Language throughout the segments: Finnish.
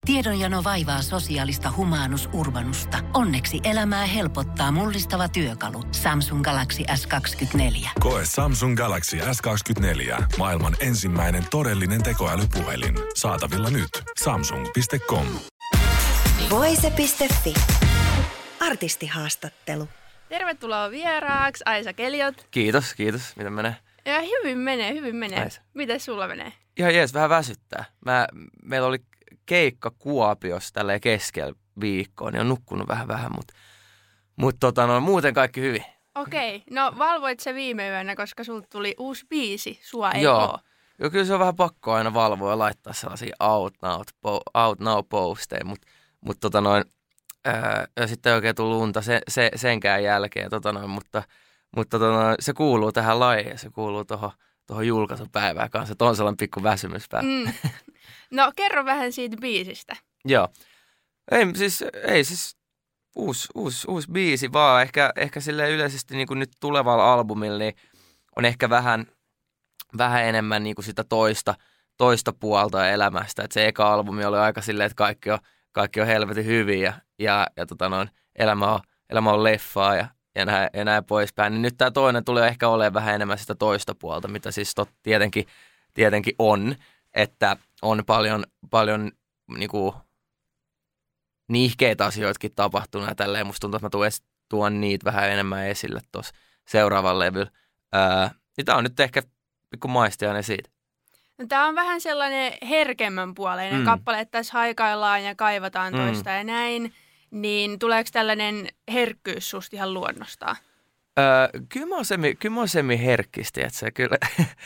Tiedonjano vaivaa sosiaalista humanus urbanusta. Onneksi elämää helpottaa mullistava työkalu. Samsung Galaxy S24. Koe Samsung Galaxy S24. Maailman ensimmäinen todellinen tekoälypuhelin. Saatavilla nyt. Samsung.com. Voise.fi. Artistihaastattelu. Tervetuloa vieraaksi, Aisa Keliot. Kiitos. Miten menee? Ja hyvin menee. Nice. Miten sulla menee? Ihan jees, vähän väsyttää. Meillä oli keikka Kuopiossa tälleen keskellä viikkoa, niin on nukkunut vähän, mutta muuten kaikki hyvin. Okei, no valvoit se viime yönä, koska sulta tuli uusi biisi, Sua ei Joo. oo. Joo, kyllä se on vähän pakko aina valvoa ja laittaa sellaisia out now posteja, mutta ja sitten ei oikein tullut unta senkään jälkeen, mutta se kuuluu tähän lajiin, se kuuluu tuohon julkaisupäivään kanssa, että on sellainen pikku väsymyspää. No kerro vähän siitä biisistä. Joo, ei siis uusi biisi, vaan ehkä silleen yleisesti niin kuin nyt tulevalla albumilla niin on ehkä vähän enemmän niin kuin sitä toista puolta elämästä, että se eka albumi oli aika silleen, että kaikki on helvetin hyvin ja elämä on leffaa ja näin poispäin. Niin nyt tämä toinen tulee ehkä olemaan vähän enemmän sitä toista puolta, mitä siis tietenkin on, että on paljon niinku niihkeitä asioitakin tapahtunut ja tälleen. Musta tuntuu, että mä tuon niitä vähän enemmän esille tuossa seuraavalla levyllä. Niin tää on nyt ehkä pikku maistiainen siitä. No, tää on vähän sellainen herkemmän puoleinen kappale, että tässä haikaillaan ja kaivataan toista ja näin. Niin tuleeko tällainen herkkyys susta ihan luonnostaan? Kyllä mä oon semi-herkkisti, että se kyllä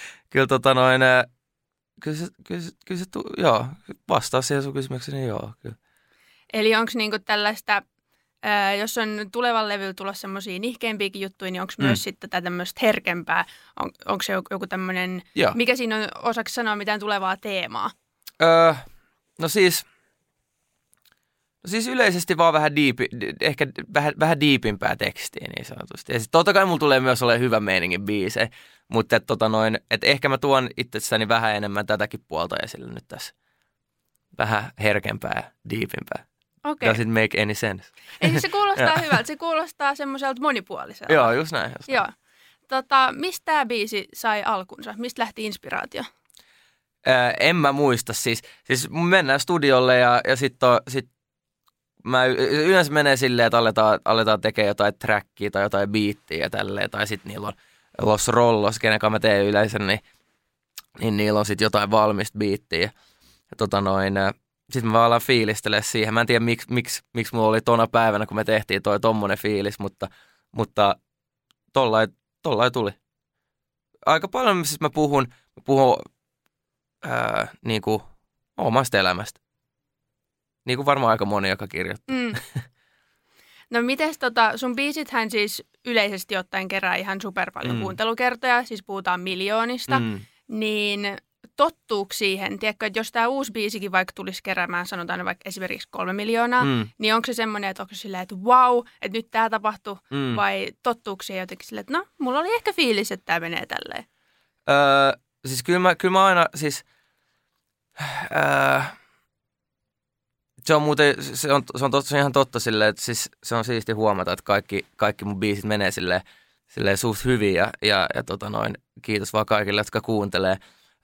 joo, vastaus siihen sun kysymykseen, joo, kyllä. Eli onko niinku tällaista, jos on tulevan levyllä tulossa semmoisia nihkeämpiäkin juttuja, niin onko myös sitten tätä tämmöistä herkempää? Onko se joku tämmöinen, mikä siinä on, osaksi sanoa mitään tulevaa teemaa? No siis yleisesti vaan ehkä vähän diipimpää tekstiä niin sanotusti. Ja sitten totta kai mulla tulee myös olemaan hyvä meiningin biisejä, mutta että ehkä mä tuon itsessäni vähän enemmän tätäkin puolta esille nyt tässä. Vähän herkempää ja diipimpää. Okay. Does it make any sense? Eli se kuulostaa hyvältä, se kuulostaa semmoiselta monipuoliselta. Joo, just näin. Joo. Mistä tämä biisi sai alkunsa? Mistä lähti inspiraatio? En mä muista. Siis mennään studiolle ja sit mä yleensä menee silleen, että aletaan tekemään jotain trackia tai jotain biittiä ja tälleen. Tai sitten niillä on Los Rollos, kenen kanssa mä teen yleensä, niin niillä on sitten jotain valmista biittiä. Sitten mä vaan alan fiilistelemaan siihen. Mä en tiedä, miksi mulla oli tona päivänä, kun me tehtiin tommonen fiilis, mutta tollain tuli. Aika paljon siis mä puhun niinku omasta elämästä. Niin kuin varmaan aika moni, joka kirjoittaa. No mites sun biisithän siis yleisesti ottaen kerää ihan super paljon kuuntelukertoja, siis puhutaan miljoonista, niin tottuuko siihen, tiedätkö, että jos tämä uusi biisikin vaikka tulisi keräämään, sanotaan vaikka esimerkiksi 3 miljoonaa, niin onko se semmoinen, että onko silleen, että wow, että nyt tämä tapahtui, vai tottuuko siihen jotenkin silleen, että no, mulla oli ehkä fiilis, että tämä menee tälleen? Siis kyllä mä aina, siis se on ihan totta silleen, että siis se on siisti huomata, että kaikki mun biisit menee silleen suht hyvin ja kiitos vaan kaikille, jotka kuuntelee.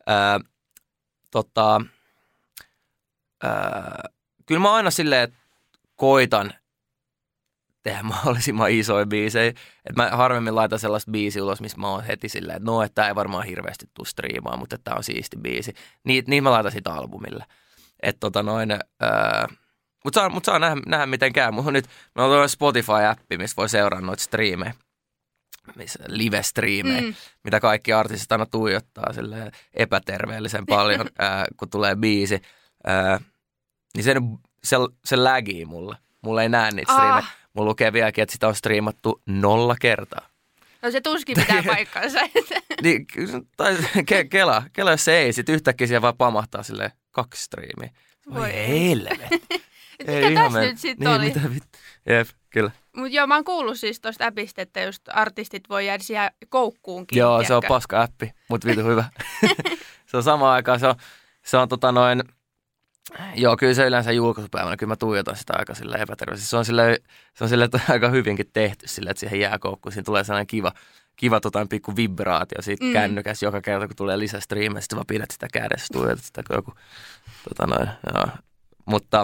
Kyllä mä aina silleen koitan tehdä mahdollisimman isoja biisejä. Että mä harvemmin laitan sellaista biisiä ulos, missä mä oon heti silleen, että no, että tää ei varmaan hirveästi tule striimaan, mutta tää on siisti biisi. Niin mä laitan sitä albumille. Että mutta saa nähdä miten käy. Mulla on Spotify-appi, missä voi seuraa noita striimejä. Live-striimejä, mitä kaikki artistit aina tuijottaa epäterveellisen paljon, kun tulee biisi. Niin se lägii mulle. Mulla ei näe niitä striimejä. Mulla lukee vieläkin, että sitä on striimattu 0 kertaa. No se tuskin pitää paikkansa. Niin, tai kela, jos se ei, sitten yhtäkkiä siellä vaan pamahtaa 2 striimiä. Voi helvetti. Mikä tässä nyt sitten oli? Mitä Jep, kyllä. Mutta joo, mä oon kuullut siis tuosta appista, että just artistit voi jäädä siihen koukkuunkin. Joo, tiedätkö? Se on paska appi, mutta vitu hyvä. Se on samaan aikaan, Joo, kyllä se yleensä julkaisupäivänä, kyllä mä tuijotan sitä aika sille epäterveellisesti. Se on sille aika hyvinkin tehty sille, että siihen jääkoukkuun siinä tulee sellainen kiva pikku vibraatio siitä kännykäs joka kerta, kun tulee lisää striimejä. Sitten vaan pidät sitä kädessä, tuijotat sitä, kun joku, joo. Mutta,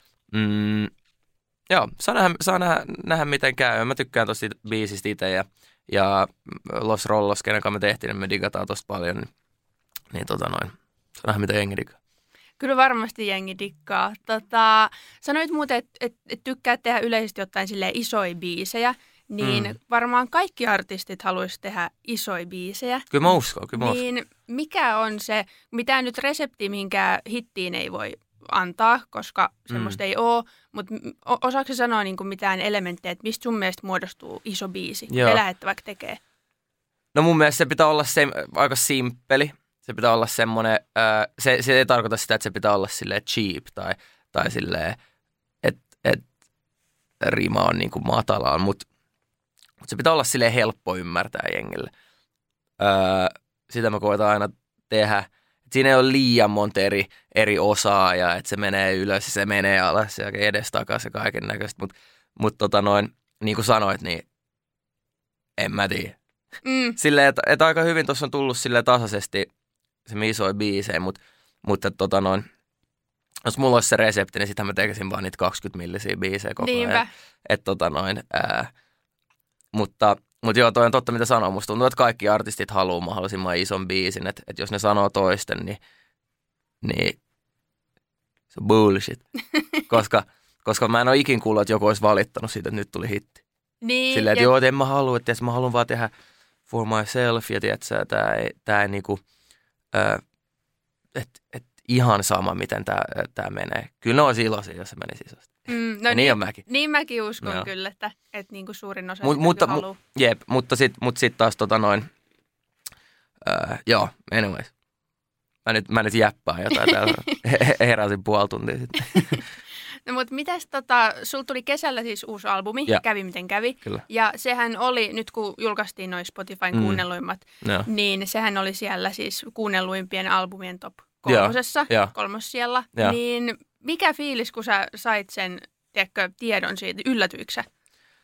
joo, saa nähdä miten käy. Mä tykkään tosta biisistä itse ja Los Rollos, kenen kanssa me tehtiin, niin me digataan tosta paljon. Niin saa nähdä mitä jengi digaa. Kyllä varmasti jengi dikkaa. Sanoit muuten, että tykkäät tehdä yleisesti ottaen silleen isoja biisejä, niin varmaan kaikki artistit haluaisi tehdä isoja biisejä. Kyllä mä uskon, Niin mikä on se, mitään nyt reseptiä mihinkään hittiin ei voi antaa, koska semmoista ei ole, mutta osaatko sanoa niin kuin mitään elementtejä, että mistä sun mielestä muodostuu iso biisi, te lähdette vaikka tekee? No mun mielestä se pitää olla aika simppeli. Se pitää olla semmoinen, se ei tarkoita sitä, että se pitää olla silleen cheap tai silleen, että rima on niin kuin matalaan, mutta se pitää olla silleen helppo ymmärtää jengille. Sitä mä koitan aina tehdä. Siinä ei ole liian monta eri osaa ja että se menee ylös ja se menee alas ja edestakaisin ja kaiken näköistä, mutta niin kuin sanoit, niin en mä tiedä. Silleen, että aika hyvin tuossa on tullut silleen tasaisesti se isoja biisejä, mutta jos mulla olisi se resepti, niin sitähän mä tekisin vaan niitä 20-millisiä biisejä koko ajan. Mutta joo, toi on totta, mitä sanoo. Musta tuntuu, että kaikki artistit haluaa mahdollisimman ison biisin, että jos ne sanoo toisten, niin se on bullshit. koska mä en ole ikin kuullut, että joku olisi valittanut siitä, että nyt tuli hitti. Niin, silleen, että joo, että en mä halua, että mä haluan vaan tehdä for myself, ja tiedätkö, tää ei niinku, että ihan sama, miten tää menee. Kyllä ne olisi iloisia, jos se menisi isosti. No niin on mäkin. Niin mäkin uskon kyllä, että niinku suurin osa sitä haluaa. Jep, mutta sit taas joo, anyways. Mä nyt jäppään jotain täällä. Heräsin puoli tuntia sitten. No mutta mitäs sulla tuli kesällä siis uusi albumi, kävi miten kävi. Kyllä. Ja sehän oli, nyt kun julkaistiin noin Spotifyn kuunnelluimmat, niin sehän oli siellä siis kuunnelluimpien albumien top 3, kolmossijalla. Niin mikä fiilis, kun sä sait sen, tiedon siitä, yllätyikö sä?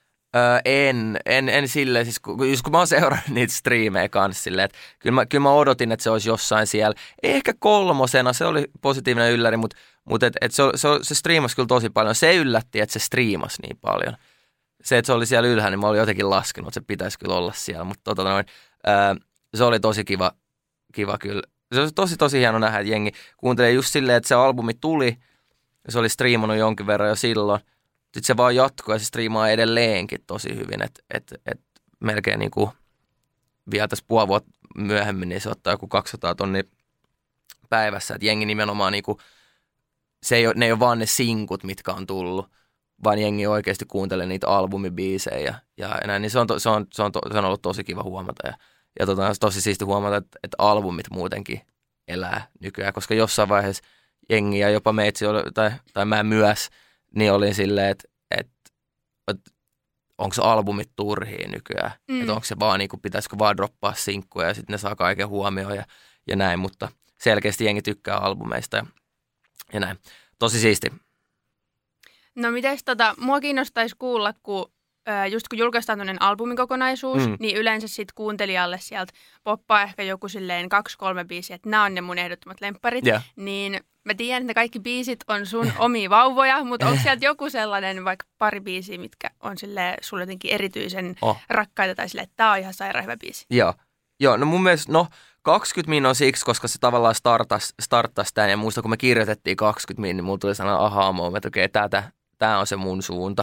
En silleen, siis kun mä oon seurannut niitä striimejä kanssa silleen, että kyllä mä odotin, että se olisi jossain siellä. Ehkä 3, se oli positiivinen ylläri, mutta se striimasi kyllä tosi paljon. Se yllätti, että se striimasi niin paljon. Se, että se oli siellä ylhäällä, niin mä olin jotenkin laskenut, että se pitäisi kyllä olla siellä, mutta se oli tosi kiva kyllä. Se oli tosi hieno nähdä, että jengi kuuntelee just silleen, että se albumi tuli, ja se oli striimannut jonkin verran jo silloin. Sitten se vaan jatkuu ja se striimaa edelleenkin tosi hyvin, että melkein niin kuin vielä tässä puoli vuotta myöhemmin, niin se ottaa joku 200 tonnia päivässä, että jengi nimenomaan niin kuin, ne ei ole vaan ne sinkut, mitkä on tullut, vaan jengi oikeasti kuuntelee niitä albumibiisejä ja näin, niin se on ollut tosi kiva huomata ja tosi siisti huomata, että albumit muutenkin elää nykyään, koska jossain vaiheessa jengi ja jopa meitsi tai mä myös, niin olin silleen, että onko se albumit turhia nykyään, että onko se vaan, niin kuin, pitäisikö vaan droppaa sinkkuja ja sitten ne saa kaiken huomioon ja näin, mutta selkeästi jengi tykkää albumeista ja näin. Tosi siisti. No mites mua kiinnostaisi kuulla, just kun julkaistaan tämmöinen albumikokonaisuus, niin yleensä sitten kuuntelijalle sieltä poppaa ehkä joku silleen 2-3 biisiä, että nämä on ne mun ehdottomat lempparit, niin mä tiedän, että kaikki biisit on sun omia vauvoja, mutta onko sieltä joku sellainen vaikka pari biisiä, mitkä on silleen sulle jotenkin erityisen rakkaita tai silleen, että tää on ihan sairaan hyvä biisi? Joo, no mun mielestä, 20 min on siksi, koska se tavallaan starttasi tämän ja muista kun me kirjoitettiin 20 min, niin mulla tuli sellainen aha moment, että okei, tää on se mun suunta.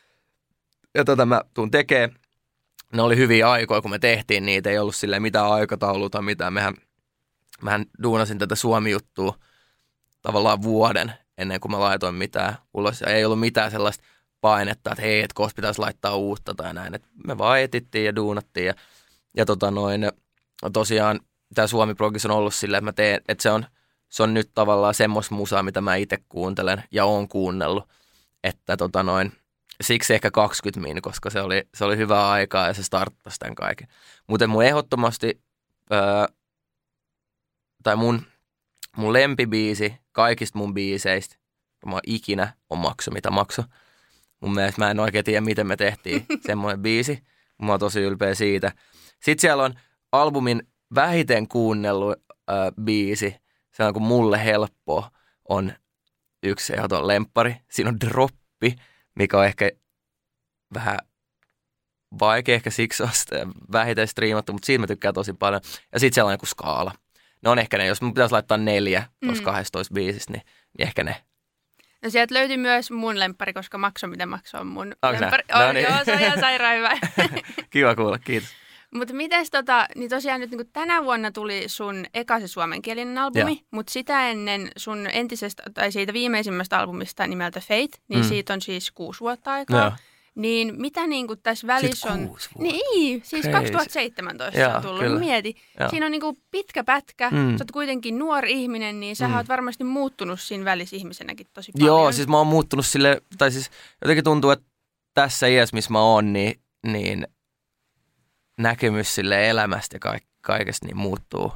Ja mä tuun tekemään. Ne oli hyviä aikoja, kun me tehtiin niitä. Ei ollut silleen mitään aikataulua tai mitään. Mähän duunasin tätä Suomi-juttua tavallaan vuoden ennen kuin mä laitoin mitään ulos. Ja ei ollut mitään sellaista painetta, että hei, että kohta pitäisi laittaa uutta tai näin. Et me vaan etittiin ja duunattiin. Ja tosiaan tämä Suomi-progis on ollut silleen, että mä teen, että se on nyt tavallaan semmoista musaa, mitä mä itse kuuntelen ja oon kuunnellut. Että siksi ehkä 20 min, koska se oli hyvää aikaa ja se starttasi tämän kaiken. Mutta mun ehdottomasti, tai mun mun lempibiisi kaikista mun biiseistä, mä ikinä on Makso mitä makso. Mun mielestä mä en oikein tiedä, miten me tehtiin semmoinen biisi. Mä oon tosi ylpeä siitä. Sitten siellä on albumin vähiten kuunnellut biisi. Se on kuin Mulle helppoa on yksi ehdoton lemppari. Siinä on Droppi, mikä on ehkä vähän vaikea, ehkä siksi on vähiten striimattu, mutta siitä mä tykkään tosi paljon. Ja sitten sellainen kuin Skaala. Ne on ehkä ne, jos mun pitäisi laittaa 4 tuossa 12 biisistä, niin ehkä ne. No sieltä löytyi myös mun lemppari, koska Makso mitä makso on mun lemppari. No niin. Joo, se on ihan sairaan hyvä. Kiva kuulla, kiitos. Mutta mites niin tosiaan nyt niin tänä vuonna tuli sun eka se suomenkielinen albumi, mutta sitä ennen sun entisestä, tai siitä viimeisimmästä albumista nimeltä Faith, niin siitä on siis 6 vuotta aikaa. Joo. Niin mitä niin kuin tässä välissä on... 6 vuotta. Niin, siis Crazy. 2017 se on tullut. Kyllä. Mieti, Joo. siinä on niin kuin pitkä pätkä, sä oot kuitenkin nuori ihminen, niin sä oot varmasti muuttunut siinä välissä ihmisenäkin tosi paljon. Joo, siis mä oon muuttunut sille, tai siis jotenkin tuntuu, että tässä iässä, missä mä oon, niin näkemys sille elämästä ja kaikesta niin muuttuu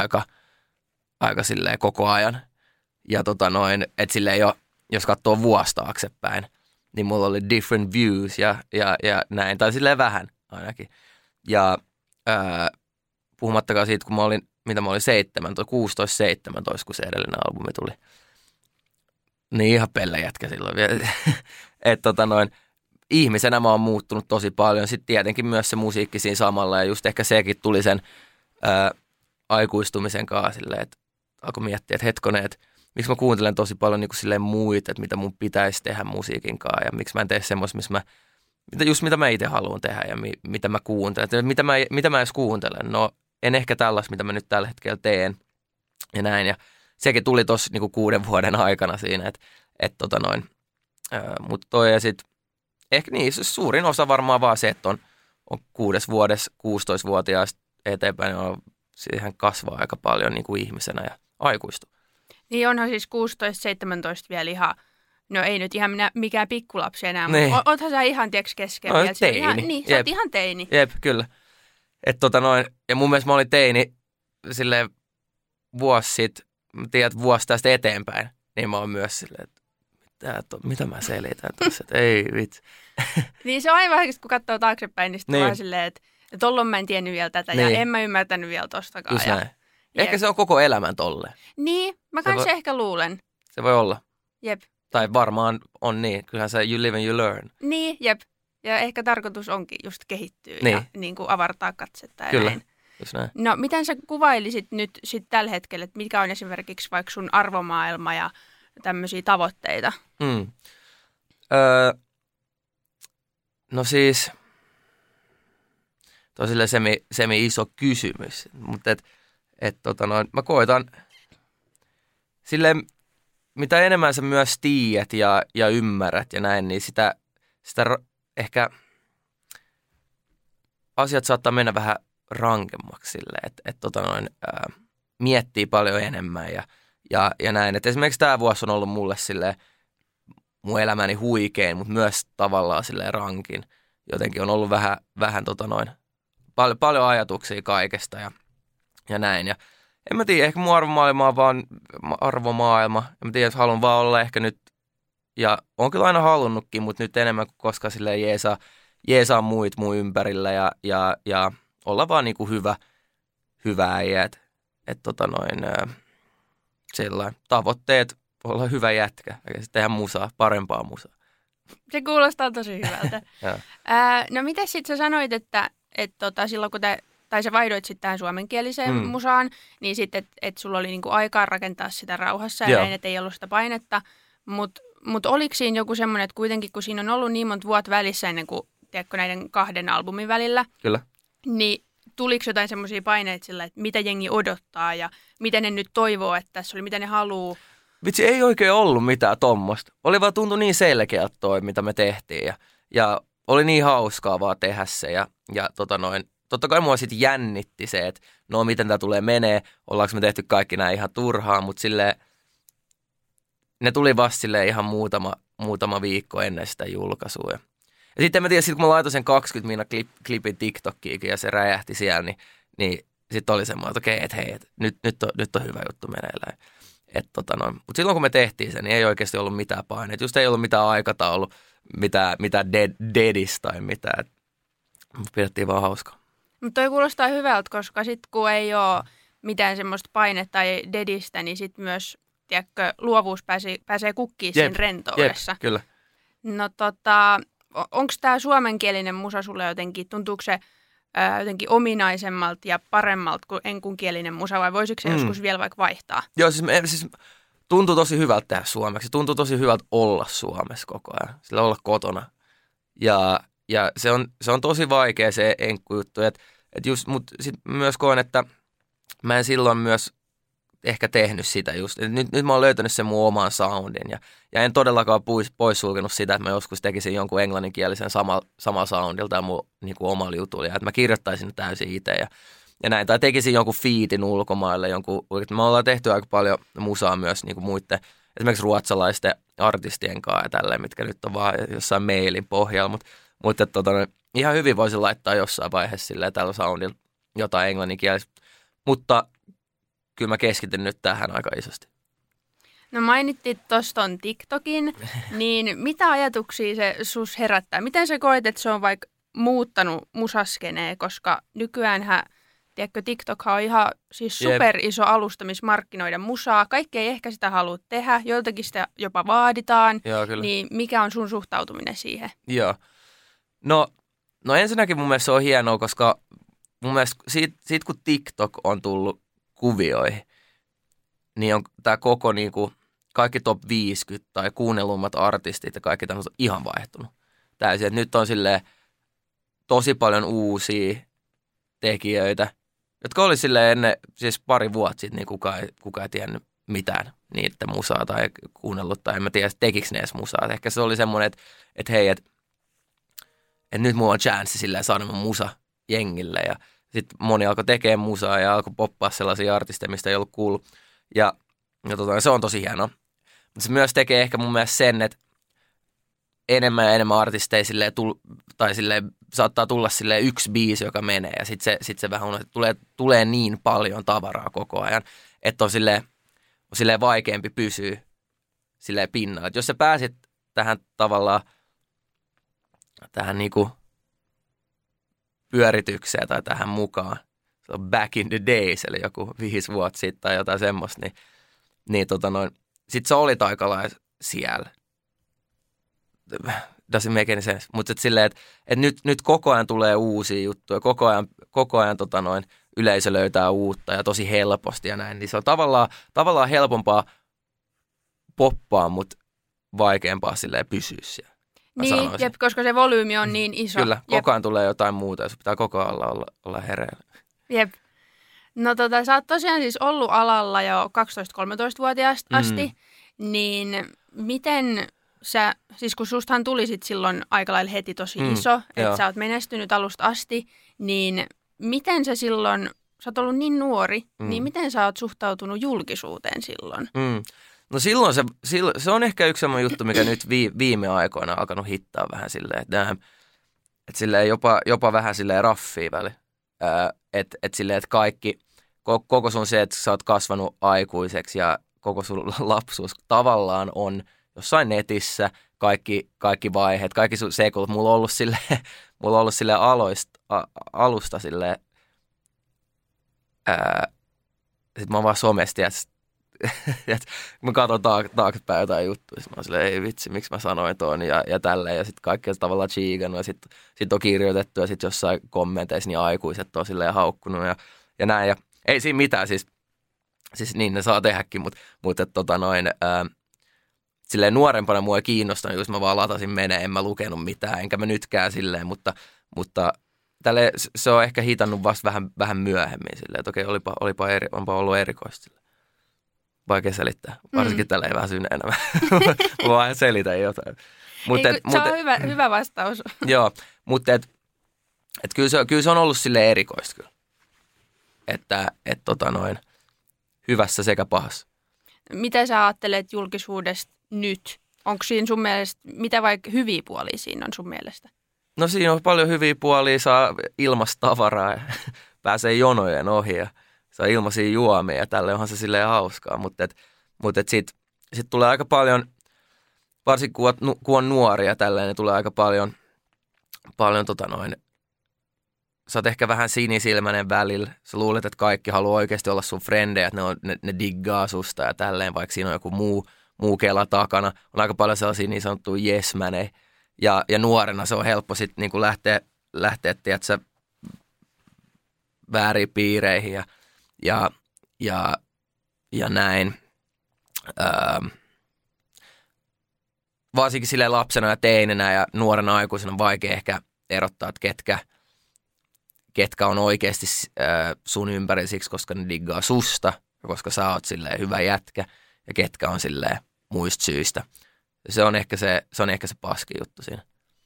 aika silleen koko ajan. Ja että silleen jo, jos katsoo vuosi taaksepäin, niin mulla oli different views ja näin, tai silleen vähän ainakin. Ja puhumattakaan siitä, kun mä olin 16-17, kun se edellinen albumi tuli. Niin ihan pelläjätkä silloin vielä. Että ihmisenä mä oon muuttunut tosi paljon. Sitten tietenkin myös se musiikki siinä samalla, ja just ehkä sekin tuli sen aikuistumisen kanssa silleen, että alkoi miettiä, että hetkonen, että miksi mä kuuntelen tosi paljon niin kuin silleen muita, että mitä mun pitäisi tehdä musiikin kanssa, ja miksi mä en tee semmoista, mitä mä itse haluan tehdä, ja mitä mä kuuntelen. Että mitä mä edes kuuntelen? No, en ehkä tällaista, mitä mä nyt tällä hetkellä teen, ja näin. Ja sekin tuli tossa niin kuin 6 vuoden aikana siinä, mutta toi ja sitten ehkä niin, suurin osa varmaan vaan se, että on 6 vuodessa, 16-vuotiaasta eteenpäin, niin siihen kasvaa aika paljon niin kuin ihmisenä ja aikuistuu. Niin onhan siis 16-17 vielä ihan, no ei nyt ihan mikään pikkulapsi enää, niin. Mutta oothan sä ihan kesken vielä. Teini. Niin, sä oot ihan teini. Jep, kyllä. Ja mun mielestä mä olin teini silleen vuosi sitten, tiedät vuosi tästä eteenpäin, niin mä oon myös silleen, että mitä mä selitän tuossa, että ei vitsi. Niin se on aivan oikeasti, kun katsoo taaksepäin, niin sitten niin. Vaan silleen, että tolloin mä en tiennyt vielä tätä niin. ja en mä ymmärtänyt vielä tostakaan. Just näin. Ehkä se on koko elämän tolleen. Niin, mä kanssa ehkä luulen. Se voi olla. Jep. Tai varmaan on niin. Kyllähän se you live and you learn. Niin, jep. Ja ehkä tarkoitus onkin just kehittyä niin. ja niin kuin avartaa katsetta ja kyllä. näin. Just näin. No, miten sä kuvailisit nyt sit tällä hetkellä, että mikä on esimerkiksi vaikka sun arvomaailma ja tämmöisiä tavoitteita? No siis, tosi semi iso kysymys, mutta mä koitan silleen, mitä enemmän sä myös tiedät ja ymmärrät ja näin, niin sitä ehkä asiat saattaa mennä vähän rankemmaksi silleen, että miettii paljon enemmän ja näin. Et esimerkiksi tämä vuosi on ollut mulle silleen mun elämäni huikein, mutta myös tavallaan silleen rankin. Jotenkin on ollut vähän paljon ajatuksia kaikesta ja näin. Ja en mä tiedä, ehkä mun arvomaailma on vaan arvomaailma. En mä tiedä, että haluan vaan olla ehkä nyt, ja on kyllä aina halunnutkin, mutta nyt enemmän kuin koskaan silleen jeesaa muit mun ympärillä ja olla vaan niinku hyvä äijä. Sellainen tavoitteet, olla hyvä jätkä ja sitten tehdä musaa, parempaa musaa. Se kuulostaa tosi hyvältä. No mitä sitten sä sanoit, että silloin kun sä vaihdoit sitten tähän suomenkieliseen musaan, niin sitten, että sulla oli niinku aikaa rakentaa sitä rauhassa ja näin, että ei ollut sitä painetta. Mutta oliko siinä joku semmoinen, että kuitenkin kun siinä on ollut niin monta vuotta välissä ennen kuin, tiedätkö, näiden 2 albumin välillä, kyllä. Niin tuliko jotain semmoisia paineita sillä, että mitä jengi odottaa ja miten ne nyt toivoo, että tässä oli, mitä ne haluaa? Vitsi, ei oikein ollut mitään tommosta. Oli vaan tuntui niin selkeältä toi, mitä me tehtiin ja oli niin hauskaa vaan tehdä se ja totta kai mua sitten jännitti se, että no miten tämä tulee menee, ollaanko me tehty kaikki näin ihan turhaan, mutta silleen ne tuli vasta silleen ihan muutama viikko ennen sitä julkaisua. Ja sitten en mä tiedä, kun mä laitoin sen 20 klipin TikTokiinkin ja se räjähti siellä, niin sitten oli semmoinen, että okei, että hei, nyt on hyvä juttu meneillään. Mutta silloin kun me tehtiin sen, niin ei oikeasti ollut mitään paineita. Just ei ollut mitään aikataulu, mitään dedis tai mitään. Pidettiin vaan hauskaa. Mutta toi kuulostaa hyvältä, koska sitten kun ei ole mitään semmoista painetta tai dedistä, niin sitten myös, tiedätkö, luovuus pääsee kukkiin siinä rentoudessa. Jep, kyllä. No onko tämä suomenkielinen musa sulle jotenkin, tuntuuko se jotenkin ominaisemmalta ja paremmalta kuin enkunkielinen musa, vai voisiko se joskus vielä vaikka vaihtaa? Joo, siis tuntuu tosi hyvältä tehdä suomeksi. Tuntuu tosi hyvältä olla Suomessa koko ajan, sillä olla kotona. Ja se on tosi vaikea se enkkujuttu. Mutta sitten myös koen, että mä en silloin myös ehkä tehnyt sitä just. Nyt mä oon löytänyt sen mun oman soundin ja en todellakaan poissulkenut sitä, että mä joskus tekisin jonkun englanninkielisen sama soundilta ja mun niin kuin omalla jutulla. Ja että mä kirjoittaisin täysin itse ja näin. Tai tekisin jonkun featin ulkomaille. Me ollaan tehty aika paljon musaa myös niin kuin muiden, esimerkiksi ruotsalaisten artistien kanssa ja tälleen, mitkä nyt on vaan jossain mailin pohjalla. Mutta ihan hyvin voisin laittaa jossain vaiheessa silleen tällä soundilla jotain englanninkielistä. Mutta kyllä mä keskityn nyt tähän aika isosti. No mainittiin tuosta ton TikTokin, niin mitä ajatuksia se sus herättää? Miten sä koet, että se on vaikka muuttanut musaskeneen, koska nykyäänhän, tiedätkö, TikTok on ihan siis super iso alusta, missä markkinoida musaa. Kaikki ei ehkä sitä halua tehdä, joiltakin sitä jopa vaaditaan. Joo, kyllä. Niin mikä on sun suhtautuminen siihen? Joo. No ensinnäkin mun mielestä se on hienoa, koska mun mielestä siitä kun TikTok on tullut kuvioihin, niin on tämä koko niinku, kaikki top 50 tai kuunnellummat artistit ja kaikki tämmöiset on ihan vaihtunut täysin. Et nyt on silleen tosi paljon uusia tekijöitä, jotka oli silleen ennen, siis pari vuotta sitten, niin kukaan ei tiennyt mitään niiden musaa tai kuunnellut tai en mä tiedä, tekikö ne edes musaa. Ehkä se oli semmoinen, että hei, että nyt mulla on chanssi silleen saada mun musa jengille ja sitten moni alkoi tekemään musaa ja alkoi poppaa sellaisia artisteja, mistä ei ollut kuullut. Ja se on tosi hienoa. Mutta se myös tekee ehkä mun mielestä sen, että enemmän ja enemmän artisteja saattaa tulla silleen yksi biisi, joka menee. Ja sitten se vähän tulee niin paljon tavaraa koko ajan, että on silleen vaikeampi pysyä silleen pinnalla. Et jos sä pääsit tähän tavallaan, tähän niinku pyöritykseen tai tähän mukaan, se on back in the days, eli joku 5 vuotta sitten tai jotain semmoista, niin sit sä olit aika lailla siellä. Doesn't make any sense. Mutta silleen, että nyt koko ajan tulee uusia juttuja, koko ajan yleisö löytää uutta ja tosi helposti ja näin, niin se on tavallaan helpompaa poppaa, mutta vaikeampaa silleen pysyä siellä. Niin, jep, koska se volyymi on niin iso. Kyllä, koko ajan tulee jotain muuta ja se pitää koko ajan olla hereillä. Jep. No sä oot tosiaan siis ollut alalla jo 12-13-vuotiaasta asti, niin miten sä, siis kun sustahan tuli sit silloin aika lailla heti tosi iso, että sä oot menestynyt alusta asti, niin miten sä silloin, sä oot ollut niin nuori, niin miten sä oot suhtautunut julkisuuteen silloin? No silloin se on ehkä yksi sellainen juttu, mikä nyt viime aikoina on alkanut hittaa vähän silleen, että silleen jopa vähän silleen raffia väliin. Että silleen, että koko sun se, että sä oot kasvanut aikuiseksi ja koko sun lapsuus tavallaan on jossain netissä, kaikki vaiheet, kaikki sun sekulut. Mulla on ollut silleen alusta silleen, sit mä oon vaan somesti, että mä katson taaksepäin jotain juttuja, sit mä oon silleen, ei vitsi, miksi mä sanoin ton ja tälleen, ja sitten kaikki on tavallaan chiikannut, ja sit on kirjoitettu, ja sit jossain kommenteissa niin aikuiset on silleen haukkunut, ja näin, ja ei siinä mitään, siis niin ne saa tehdäkin, mutta silleen nuorempana mua ei kiinnostanut, jos mä vaan latasin menee, en mä lukenut mitään, enkä mä nytkään silleen, mutta tälle se on ehkä hitannut vasta vähän myöhemmin silleen, että okei, onpa ollut erikoista silleen. Vaikea selittää, varsinkin tälleen vähän syneenä. Mä vaan selitän jotain. Se on hyvä vastaus. Joo, mutta kyllä se on ollut silleen erikoista kyllä. Että hyvässä sekä pahassa. Mitä sä ajattelet julkisuudesta nyt? Onko siinä sun mielestä, mitä vaikka hyviä puolia siinä on sun mielestä? No siinä on paljon hyviä puolia, saa ilmasta tavaraa ja pääsee jonojen ohi ja saa ilmaisia juomia ja tälle onhan se silleen hauskaa. Mutta Mutta sit tulee aika paljon, varsinkin kun on nuoria tälleen, niin tulee aika paljon sä oot ehkä vähän sinisilmäinen välillä. Sä luulet, että kaikki haluaa oikeasti olla sun frendejä, että ne diggaa susta ja tälleen, vaikka siinä on joku muu kela takana. On aika paljon sellaisia niin sanottuja jesmänejä. Ja nuorena se on helppo sitten niinku lähteä tiedätkö, vääriin piireihin ja näin. Varsinkin silleen lapsena ja teinenä ja nuorena aikuisena on vaikea ehkä erottaa, että ketkä on oikeasti sun ympärillä siksi, koska ne diggaa susta, koska sä oot silleen hyvä jätkä, ja ketkä on silleen muista syistä. Se on ehkä se paski juttu siinä.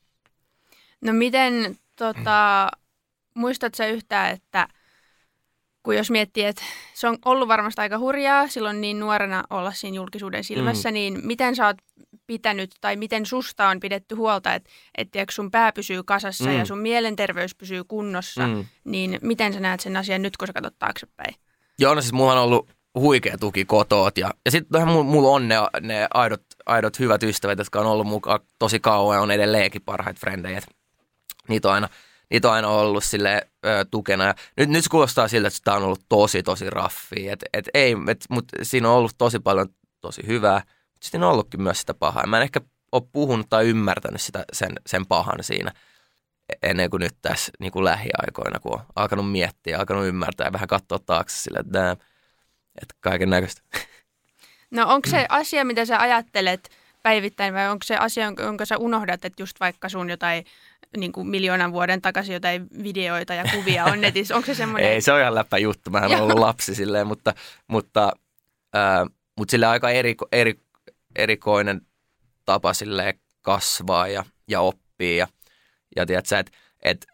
No miten, muistatko sä yhtään, että kun jos miettii, että se on ollut varmasti aika hurjaa silloin niin nuorena olla siinä julkisuuden silmässä, niin miten sä oot pitänyt tai miten susta on pidetty huolta, että sun pää pysyy kasassa ja sun mielenterveys pysyy kunnossa, niin miten sä näet sen asian nyt, kun sä katsot taaksepäin? Joo, no siis mulla on ollut huikea tuki kotoot ja sitten mulla on ne aidot hyvät ystävät, jotka on ollut mukaan tosi kauan ja on edelleenkin parhaita frendejä. Niitä on aina ollut silleen tukena. Ja nyt se kuulostaa siltä, että tämä on ollut tosi raffia. Mutta siinä on ollut tosi paljon tosi hyvää. Mutta siinä on ollutkin myös sitä pahaa. Mä en ehkä ole puhunut tai ymmärtänyt sen pahan siinä ennen kuin nyt tässä niin kuin lähiaikoina, kun on alkanut miettiä, alkanut ymmärtää ja vähän katsoa taakse silleen, että kaiken näköistä. No onko se asia, mitä sä ajattelet päivittäin vai onko se asia, jonka sä unohdat, että just vaikka sun jotain niin kuin 1 000 000 vuoden takaisin jotain videoita ja kuvia on netissä, onko se semmoinen? Ei, se on ihan läppä juttu. Mähän olen ollut lapsi silleen, mutta silleen aika erikoinen tapa silleen kasvaa ja oppii ja tiedät sä, että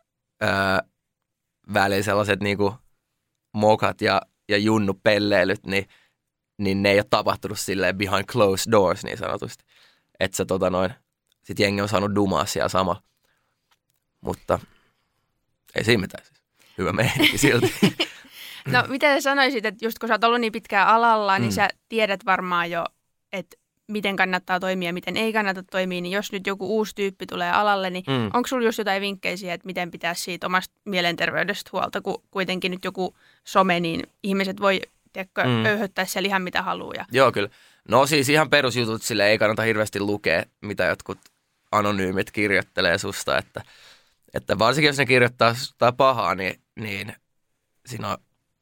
välillä sellaiset niinku mokat ja junnupelleilyt, niin ne ei ole tapahtunut silleen behind closed doors niin sanotusti. Että sä sit jengi on saanut dumaa siellä samalla. Mutta ei siinä mitään siis. Hyvä meininki silti. No mitä sä sanoisit, että just kun sä oot ollut niin pitkään alalla, niin sä tiedät varmaan jo, että miten kannattaa toimia ja miten ei kannata toimia, niin jos nyt joku uusi tyyppi tulee alalle, niin onko sulla just jotain vinkkejä siihen, että miten pitää siitä omasta mielenterveydestä huolta, kun kuitenkin nyt joku some, niin ihmiset voi öyhöttää siellä ihan mitä haluaa. Joo, kyllä. No siis ihan perusjutut sille ei kannata hirveästi lukea, mitä jotkut anonyymit kirjoittelee susta, että varsinkin jos ne kirjoittaa tai pahaa, niin siinä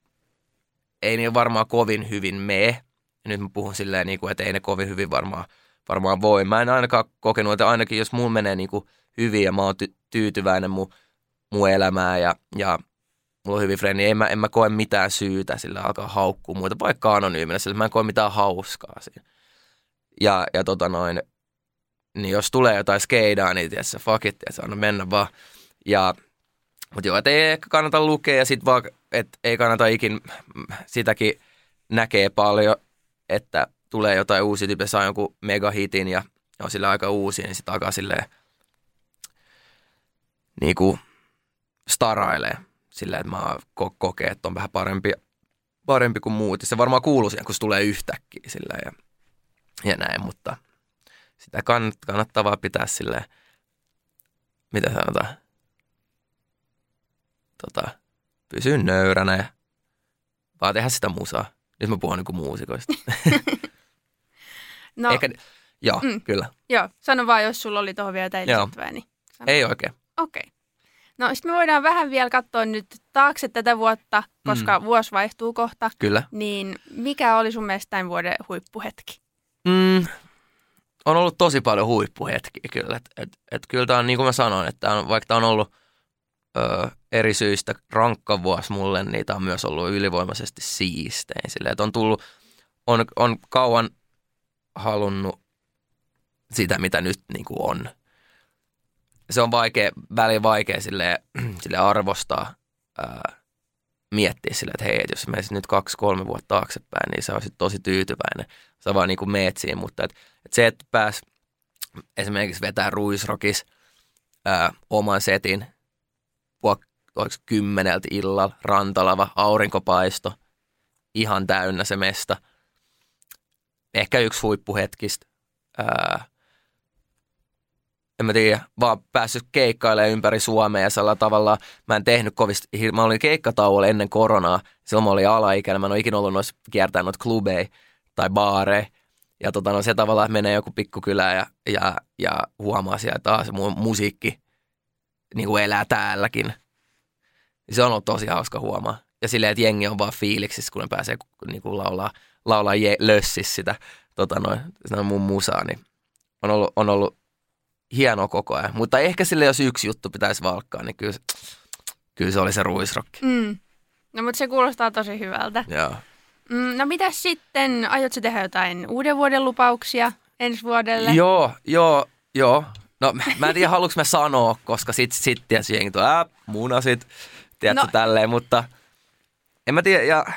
ei niin varmaan kovin hyvin mene. Nyt mä puhun silleen, että ei ne kovin hyvin varmaan voi. Mä en ainakaan kokenut, että ainakin jos mulla menee hyvin ja mä oon tyytyväinen mun elämään ja mulla on hyvin frendi, en mä koe mitään syytä sillä alkaa haukkua muita, vaikka anonyyminä, sillä mä en koe mitään hauskaa siinä. Ja niin jos tulee jotain skeidaa, niin tiedätkö, fuck it, ja anna mennä vaan. Mutta joo, että ei ehkä kannata lukea ja sit vaan, että ei kannata ikin, sitäkin näkee paljon, että tulee jotain uusia tyyppiä, saa jonkun megahitin ja on sillä aika uusia, niin sit alkaa silleen niinku starailee silleen, että mä kokee, että on vähän parempi kuin muut. Ja se varmaan kuuluu siihen, kun se tulee yhtäkkiä silleen ja näin, mutta sitä kannattaa vaan pitää silleen, mitä sanotaan, pysyä nöyränä ja vaan tehdä sitä musaa. Nyt mä puhun niin kuin muusikoista. No, ehkä, joo, kyllä. Joo, sano vaan, jos sulla oli tuohon vielä jotain lisättävää. Niin ei oikein. Okei. No sitten me voidaan vähän vielä katsoa nyt taakse tätä vuotta, koska vuosi vaihtuu kohta. Kyllä. Niin mikä oli sun mielestä tämän vuoden huippuhetki? On ollut tosi paljon huippuhetkiä kyllä. Et kyllä tämä on, niin kuin mä sanoin, että vaikka tämä on ollut eri syistä rankka vuosi mulle, niin tämä on myös ollut ylivoimaisesti siistein. Silleen, että on kauan halunnut sitä, mitä nyt niin kuin on. Se on välillä vaikea sille arvostaa, miettiä sille, että hei, että jos menisit nyt 2-3 vuotta taaksepäin, niin sä olisit tosi tyytyväinen. Sä vaan niin kuin meet siinä, mutta että se, että pääs esimerkiksi vetää Ruisrockis oman setin, oliko 10 illalla, rantalava, aurinkopaisto, ihan täynnä se mesta. ehkä yksi huippuhetkistä. En mä tiedä, vaan päässyt keikkailemaan ympäri Suomea ja sellainen tavalla mä en tehnyt kovasti. Mä olin keikkatauolla ennen koronaa, silloin mä olin alaikäinen, mä en ole ikinä ollut kiertänyt noita klubeja tai baareja. Ja se tavallaan, että menee joku pikkukylä ja huomaa siellä taas musiikki niin kuin elää täälläkin. Se on ollut tosi hauska huomaa. Ja silleen, että jengi on vaan fiiliksissä, kun ne pääsee niin kuin laulaa lössissä sitä mun musaa, niin on ollut hienoa koko ajan. Mutta ehkä sille, jos yksi juttu pitäisi valkkaa, niin kyllä se oli se ruisrokki. No, mutta se kuulostaa tosi hyvältä. Joo. No mitäs sitten, aiotko tehdä jotain uuden vuoden lupauksia ensi vuodelle? Joo. No mä en tiedä, haluanko mä sanoa, koska sit tietysti jengi tuo, munasit, tiedätkö tälleen, mutta en mä tiedä, ja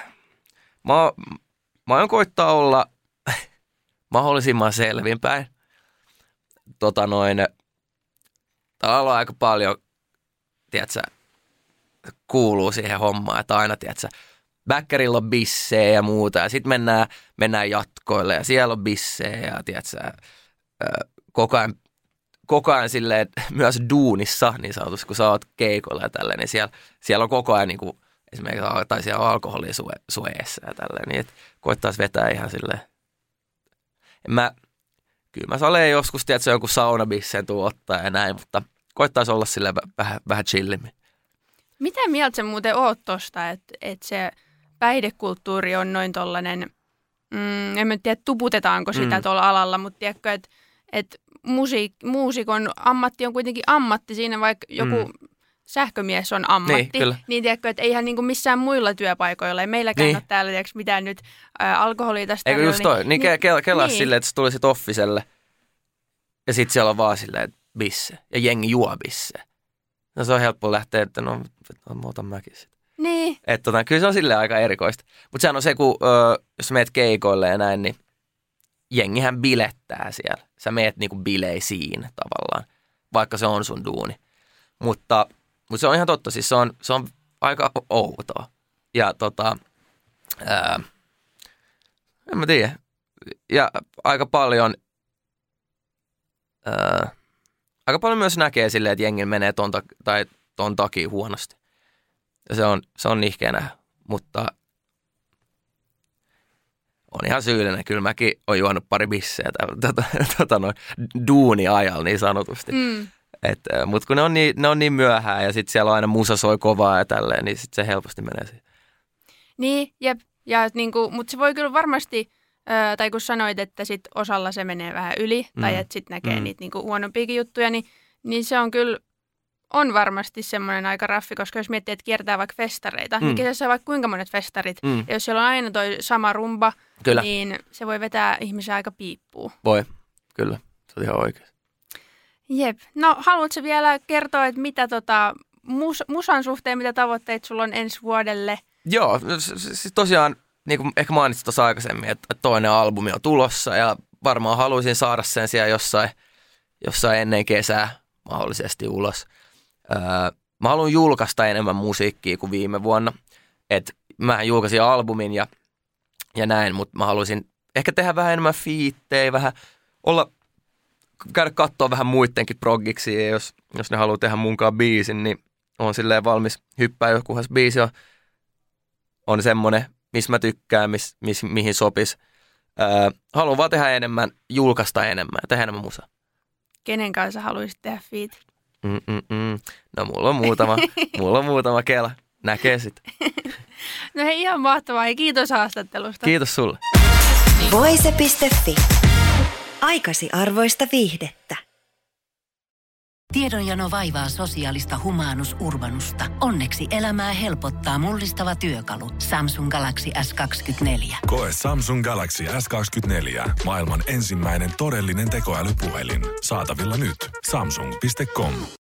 mä aion koittaa olla mahdollisimman selvinpäin. Täällä on aika paljon, tiedätkö, kuuluu siihen hommaan, että aina, tiedätkö, bäkkärillä on bissejä ja muuta, ja sitten mennään jatkoille, ja siellä on bissejä, ja tiedätkö, koko ajan silleen, myös duunissa, niin sanotusti, kun sä oot keikolla ja tälleen, niin siellä on koko ajan niin kuin, esimerkiksi tai siellä on alkoholia sueessa ja tälleen, niin että koittaisi vetää ihan silleen. Kyllä mä saleen joskus, tiedätkö, joku saunabisseen tuu ottaa ja näin, mutta koittaisi olla silleen vähän chillimmin. Mitä mieltä sä muuten oot tosta, että se päihdekulttuuri on noin tollainen, en mä tiedä tuputetaanko sitä tuolla alalla, mutta tiedätkö, että muusikon ammatti on kuitenkin ammatti siinä, vaikka joku sähkömies on ammatti, niin tiedätkö, että eihän niinku missään muilla työpaikoilla, ei meilläkään ole täällä tiedätkö, mitään nyt alkoholia tästä. Eikö just toi, niin kelaa silleen, että sä tulisit offiselle ja sit siellä on vaan silleen, että bisse ja jengi juo bisse. No se on helppo lähteä, että mä otan mäkin sit. Niin. Että kyllä se on silleen aika erikoista. Mutta sehän on se, kun jos meet keikoille ja näin, niin jengihän bilettää siellä. Sä meet niinku bileisiin tavallaan, vaikka se on sun duuni. Mutta se on ihan totta, siis se on aika outoa. Ja en mä tiedä. Ja aika paljon myös näkee silleen, että jengi menee ton takia huonosti. Ja se on nihkeänä, mutta on ihan syyllinen. Kyllä mäkin olen juonut pari bisseä duuni-ajalla niin sanotusti. Mutta kun ne on niin myöhään ja sitten siellä on aina musa soi kovaa ja tälleen, niin sitten se helposti menee siihen. Niin, jep. Ja niinku, mutta se voi kyllä varmasti, tai kun sanoit, että sit osalla se menee vähän yli, tai että sitten näkee niitä niinku huonompiakin juttuja, niin se on kyllä, on varmasti semmoinen aika raffi, koska jos miettii, että kiertää vaikka festareita, niin kesässä on vaikka kuinka monet festarit, ja jos siellä on aina toi sama rumba, kyllä, niin se voi vetää ihmisiä aika piippuun. Voi, kyllä, se on ihan oikein. Jep. No, haluatko vielä kertoa, että mitä musan suhteen, mitä tavoitteet sulla on ensi vuodelle? Joo, siis tosiaan, niin kuin ehkä mainitsin tuossa aikaisemmin, että toinen albumi on tulossa ja varmaan haluaisin saada sen siellä jossain ennen kesää mahdollisesti ulos. Mä haluan julkaista enemmän musiikkia kuin viime vuonna. Et mä julkaisin albumin ja näin, mutta mä haluaisin ehkä tehdä vähän enemmän fiittejä, vähän käydä katsoa vähän muidenkin proggiksi, ja jos ne haluaa tehdä munkaan biisin, niin on silleen valmis hyppää, kunhan biisi on semmoinen, missä mä tykkään, mihin sopisi. Haluan vaan tehdä enemmän, julkaista enemmän, tehdä enemmän musaa. Kenen kanssa haluaisit tehdä feat? No mulla on muutama kela. Näkee sitten. No hei, ihan mahtavaa ja kiitos haastattelusta. Kiitos sulle. Voise.fi. Aikasi arvoista viihdettä. Tiedonjano vaivaa sosiaalista humanus urbanusta. Onneksi elämää helpottaa mullistava työkalu. Samsung Galaxy S24. Koe Samsung Galaxy S24. Maailman ensimmäinen todellinen tekoälypuhelin. Saatavilla nyt. Samsung.com.